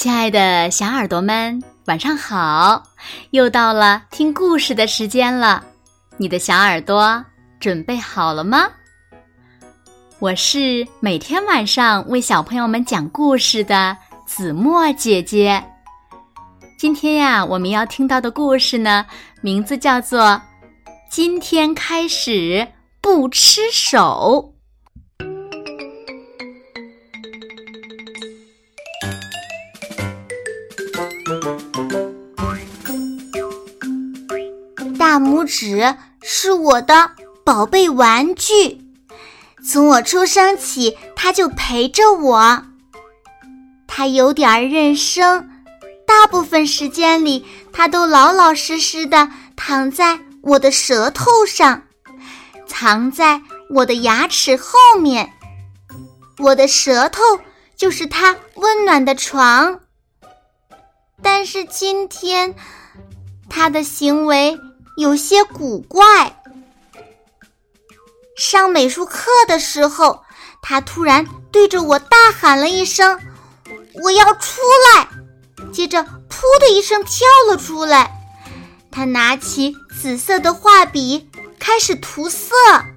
亲爱的小耳朵们，晚上好！又到了听故事的时间了，你的小耳朵准备好了吗？我是每天晚上为小朋友们讲故事的子墨姐姐。今天呀，我们要听到的故事呢，名字叫做《今天开始不吃手》。 大拇指是我的宝贝玩具，从我出生起，它就陪着我。它有点认生，大部分时间里，它都老老实实地躺在我的舌头上，藏在我的牙齿后面。我的舌头就是它温暖的床。但是今天，它的行为有些古怪。上美术课的时候，他突然对着我大喊了一声：“我要出来！”接着噗的一声跳了出来。他拿起紫色的画笔开始涂色。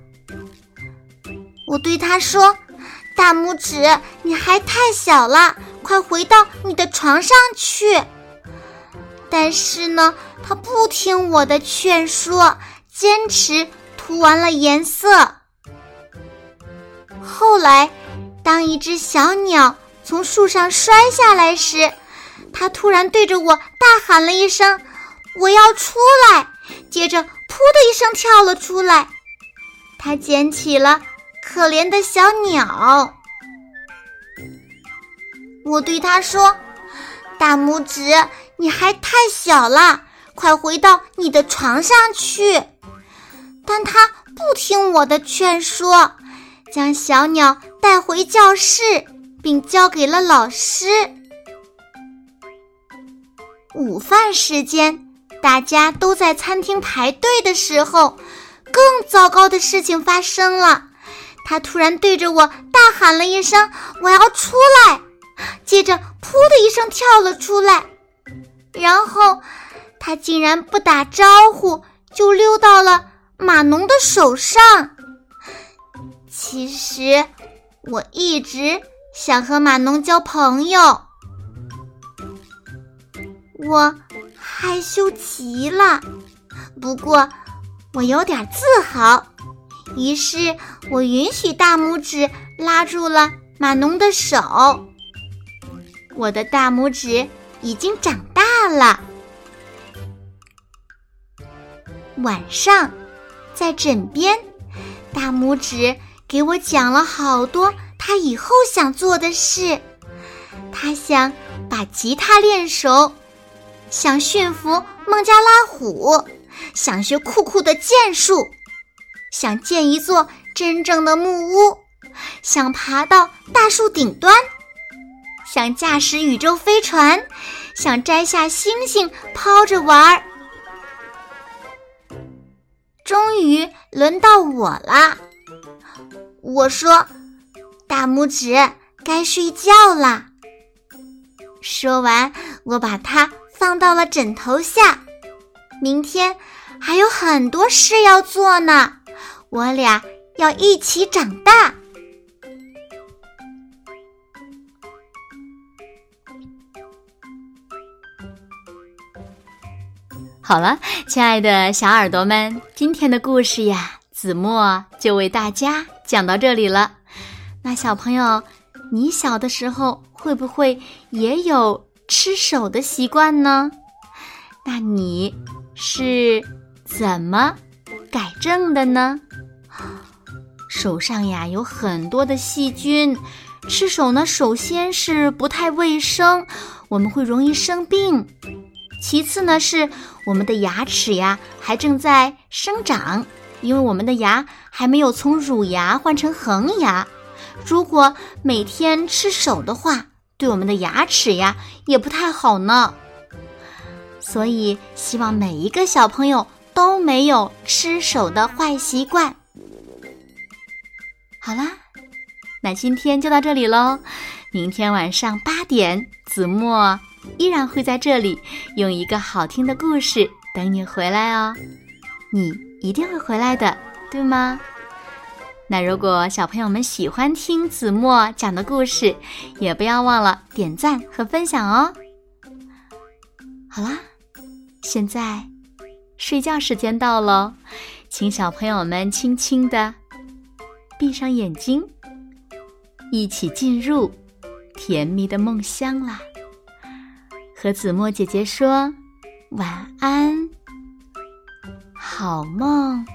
我对他说：“大拇指，你还太小了，快回到你的床上去。”但是呢，他不听我的劝说，坚持涂完了颜色。后来，当一只小鸟从树上摔下来时，他突然对着我大喊了一声：“我要出来！”接着，噗的一声跳了出来。他捡起了可怜的小鸟。我对他说：“大拇指，你还太小了，快回到你的床上去。”但他不听我的劝说，将小鸟带回教室，并交给了老师。午饭时间，大家都在餐厅排队的时候，更糟糕的事情发生了。他突然对着我大喊了一声：“我要出来！”接着噗的一声跳了出来。然后他竟然不打招呼就溜到了码农的手上。其实我一直想和码农交朋友，我害羞极了，不过我有点自豪，于是我允许大拇指拉住了码农的手。我的大拇指已经长大了。晚上，在枕边，大拇指给我讲了好多他以后想做的事。他想把吉他练熟，想驯服孟加拉虎，想学酷酷的剑术，想建一座真正的木屋，想爬到大树顶端，想驾驶宇宙飞船，想摘下星星抛着玩。终于轮到我了。我说：“大拇指，该睡觉啦。”说完，我把它放到了枕头下。明天还有很多事要做呢，我俩要一起长大。 好了，亲爱的小耳朵们，今天的故事呀，子墨就为大家讲到这里了。那小朋友，你小的时候会不会也有吃手的习惯呢？那你是怎么改正的呢？手上呀有很多的细菌，吃手呢，首先是不太卫生，我们会容易生病。其次呢，是我们的牙齿呀还正在生长，因为我们的牙还没有从乳牙换成恒牙。如果每天吃手的话，对我们的牙齿呀也不太好呢。所以希望每一个小朋友都没有吃手的坏习惯。好啦，那今天就到这里咯。 明天晚上8点，子墨依然会在这里，用一个好听的故事等你回来哦。你一定会回来的，对吗？那如果小朋友们喜欢听子墨讲的故事，也不要忘了点赞和分享哦。好啦，现在睡觉时间到了，请小朋友们轻轻地闭上眼睛，一起进入甜蜜的梦乡啦。和子墨姐姐说晚安，好梦。